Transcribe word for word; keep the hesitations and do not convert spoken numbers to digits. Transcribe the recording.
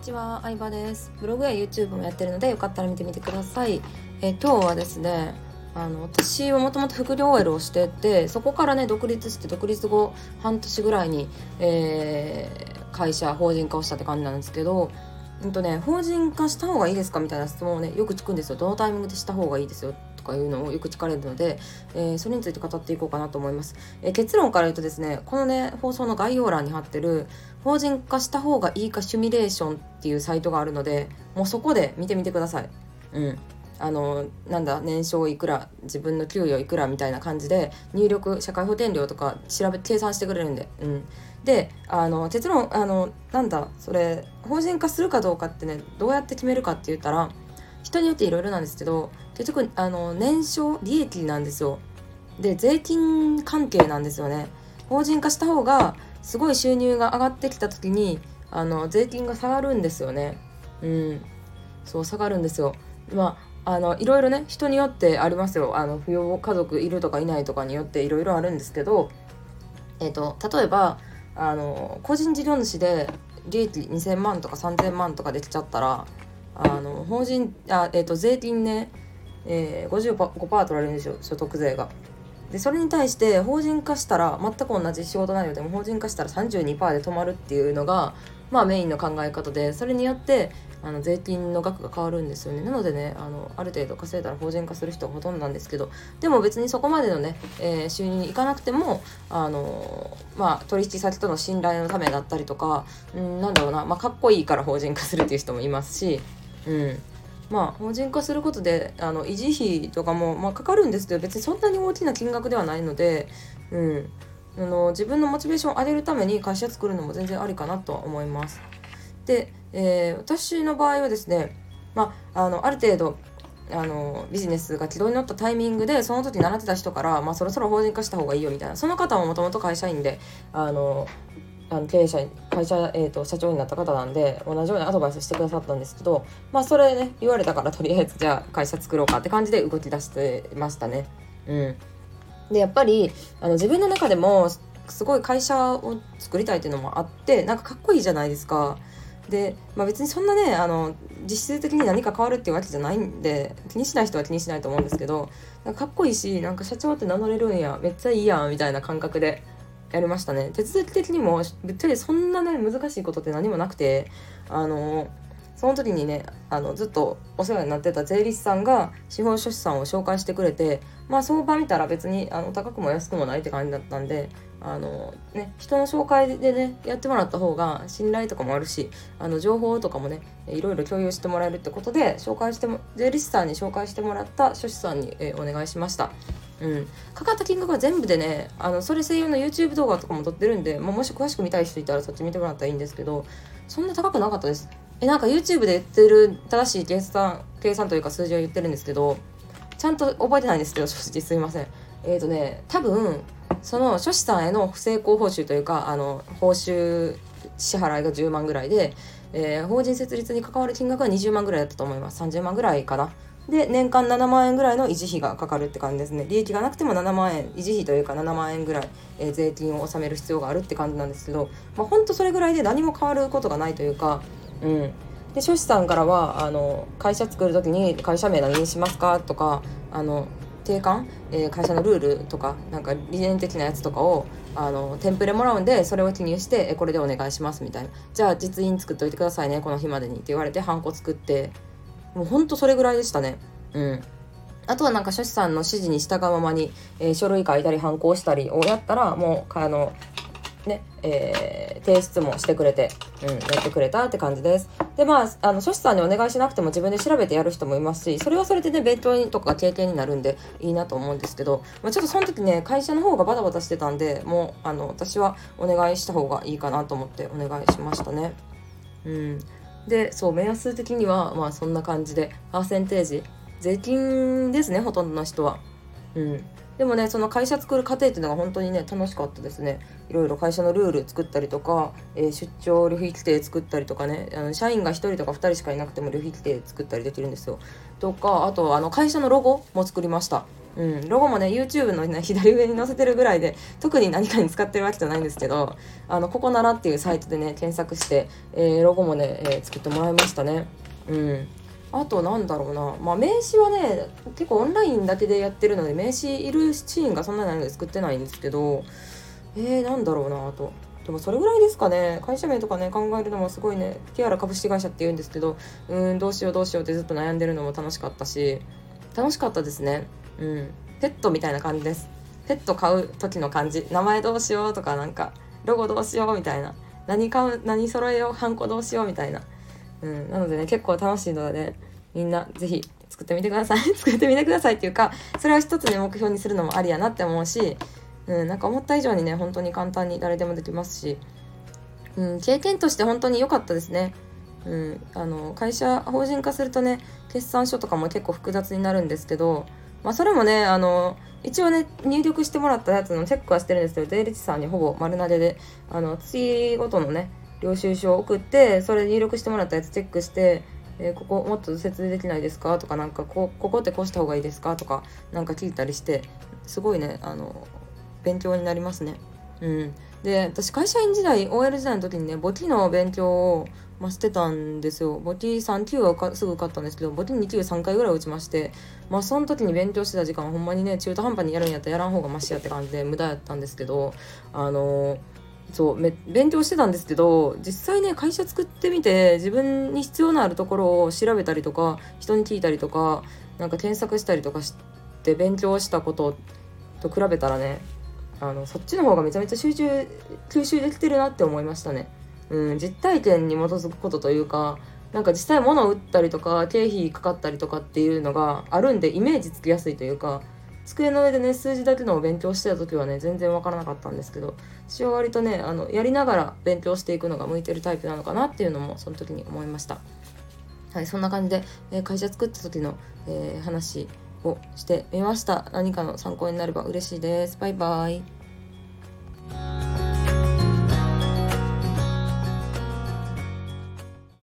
ちは、相葉です。ブログや YouTube もやってるのでよかったら見てみてください。えー、今日はですねあの私はもともと副業 オーエル をしてて、そこからね独立して独立後半年ぐらいに、えー、会社法人化をしたって感じなんですけど、うんとね、法人化した方がいいですかみたいな質問をねよく聞くんですよ。どのタイミングでした方がいいですよとかいうのをよく聞かれるので、えー、それについて語っていこうかなと思います。えー、結論から言うとですね、このね放送の概要欄に貼ってる法人化した方がいいかシミュレーションっていうサイトがあるので、もうそこで見てみてください。うんあのなんだ年商いくら、自分の給与いくらみたいな感じで入力、社会保険料とか調べ計算してくれるんで、うん、であの結論あのなんだそれ法人化するかどうかってね、どうやって決めるかって言ったら人によっていろいろなんですけど、結局あの年商利益なんですよ。で税金関係なんですよね。法人化した方がすごい収入が上がってきた時にあの税金が下がるんですよね。うんそう下がるんですよ。まああのいろいろね人によってありますよ。あの扶養家族いるとかいないとかによっていろいろあるんですけど、えーと、例えばあの個人事業主で利益にせんまんとかさんぜんまんとかできちゃったら、あの法人あ、えーと、税金ね、えー、ごじゅうごパーセント取られるんですよ、所得税が。でそれに対して法人化したら全く同じ仕事内容でも法人化したら さんじゅうにパーセント で止まるっていうのが、まあ、メインの考え方で、それによってあの税金の額が変わるんですよね。なのでね あのある程度稼いだら法人化する人がほとんどなんですけど、でも別にそこまでのね、えー、収入にいかなくてもあの、まあ、取引先との信頼のためだったりとか、うん、なんだろうな、まあ、かっこいいから法人化するっていう人もいますし、うんまあ、法人化することであの維持費とかも、まあ、かかるんですけど、別にそんなに大きな金額ではないので、うん、あの自分のモチベーションを上げるために会社作るのも全然ありかなとは思います。で、えー、私の場合はですね、まあ、あのある程度あのビジネスが軌道に乗ったタイミングでその時習ってた人から、まあ、そろそろ法人化した方がいいよみたいな、その方ももともと会社員であのあの経営者会社、えーと、社長になった方なんで同じようなアドバイスしてくださったんですけど、まあそれね言われたからとりあえずじゃあ会社作ろうかって感じで動き出してましたね。うんでやっぱりあの自分の中でもすごい会社を作りたいっていうのもあって、なんかかっこいいじゃないですか。で、まあ、別にそんなねあの実質的に何か変わるっていうわけじゃないんで、気にしない人は気にしないと思うんですけど、なんかかっこいいし、なんか社長って名乗れるんや、めっちゃいいやんみたいな感覚でやりましたね。手続き的にもぶっちゃけそんなね難しいことって何もなくて、あのその時にねあのずっとお世話になってた税理士さんが司法書士さんを紹介してくれて、まあ相場見たら別にあの高くも安くもないって感じだったんで、あのね人の紹介でねやってもらった方が信頼とかもあるし、あの情報とかもねいろいろ共有してもらえるってことで、紹介しても税理士さんに紹介してもらった書士さんに、えー、お願いしました。うん、かかった金額は全部でね、あのそれ専用の YouTube 動画とかも撮ってるんで、まあ、もし詳しく見たい人いたらそっち見てもらったらいいんですけど、そんな高くなかったです。えなんか YouTube で言ってる正しい計算計算というか数字を言ってるんですけど、ちゃんと覚えてないんですけど正直すいません。えーとね多分その書士さんへの不正交報酬というか、あの報酬支払いがじゅうまんぐらいで、えー、法人設立に関わる金額はにじゅうまんぐらいだったと思います。さんじゅうまんぐらいかな。で年間ななまん円ぐらいの維持費がかかるって感じですね。利益がなくてもななまん円、維持費というかななまん円ぐらい、えー、税金を納める必要があるって感じなんですけど、まあ、ほんとそれぐらいで何も変わることがないというか、うんで書士さんからはあの会社作る時に会社名何にしますかとか、あの定款、えー、会社のルールとかなんか理念的なやつとかをあのテンプレもらうんで、それを記入して、えこれでお願いしますみたいな、じゃあ実印作っといてくださいねこの日までにって言われてハンコ作って、もうほんとそれぐらいでしたね。うんあとはなんか書士さんの指示に従うままに、えー、書類書いたりハンコしたりをやったらもうあのねえー、提出もしてくれて、うん、やってくれたって感じです。でまああの書士さんにお願いしなくても自分で調べてやる人もいますし、それはそれでね勉強とか経験になるんでいいなと思うんですけど、まあ、ちょっとその時ね会社の方がバタバタしてたんで、もうあの私はお願いした方がいいかなと思ってお願いしましたね。うんでそう目安的にはまあそんな感じで、パーセンテージ税金ですねほとんどの人は。うんでもねその会社作る過程っていうのが本当にね楽しかったですね。いろいろ会社のルール作ったりとか、えー、出張旅費規定作ったりとかね、あの社員がひとりとかふたりしかいなくても旅費規定作ったりできるんですよ。とかあとあの会社のロゴも作りました。 うん、ロゴもね YouTube の、ね、左上に載せてるぐらいで特に何かに使ってるわけじゃないんですけど、あのここならっていうサイトでね検索して、えー、ロゴもね、えー、作ってもらいましたね。うん、あとなんだろうな、まあ、名刺はね結構オンラインだけでやってるので名刺いるシーンがそんなにないので作ってないんですけど、えー、なんだろうな、あとでもそれぐらいですかね。会社名とかね考えるのもすごいね、ティアラ株式会社って言うんですけど、うーんどうしようどうしようってずっと悩んでるのも楽しかったし、楽しかったですね。うん、ペットみたいな感じです。ペット買う時の感じ、名前どうしようとか、なんかロゴどうしようみたいな、何買う何揃えよう、ハンコどうしようみたいな、うん、なのでね結構楽しいので、ね、みんなぜひ作ってみてください作ってみてくださいっていうか、それを一つに目標にするのもありやなって思うし、うん、なんか思った以上にね本当に簡単に誰でもできますし、うん、経験として本当に良かったですね。うん、あの会社法人化するとね決算書とかも結構複雑になるんですけど、まあ、それもねあの一応ね入力してもらったやつのチェックはしてるんですけど、税理士さんにほぼ丸投げであの月ごとのね領収書を送って、それ入力してもらったやつチェックして、えー、ここもっと節税できないですかとか、なんかこここってこうした方がいいですかとかなんか聞いたりして、すごいねあの勉強になりますね。うん、で私会社員時代 オーエル 時代の時にね簿記の勉強を、まあ、してたんですよ。簿記さん級はかすぐ受かったんですけど、簿記に級さんかいぐらい打ちまして、まあその時に勉強してた時間はほんまにね中途半端にやるんやったらやらん方がマシやって感じで無駄やったんですけど、あのーそうめ勉強してたんですけど、実際ね会社作ってみて自分に必要のあるところを調べたりとか人に聞いたりとかなんか検索したりとかして勉強したことと比べたらね、あのそっちの方がめちゃめちゃ集中吸収できてるなって思いましたね。うん、実体験に基づくことというか、なんか実際物を売ったりとか経費かかったりとかっていうのがあるんでイメージつきやすいというか、机の上でね数字だけのを勉強してた時はね全然わからなかったんですけど、私は割とねあのやりながら勉強していくのが向いてるタイプなのかなっていうのもその時に思いました。はい、そんな感じで、えー会社作った時の、えー話をしてみました。何かの参考になれば嬉しいです。バイバイ。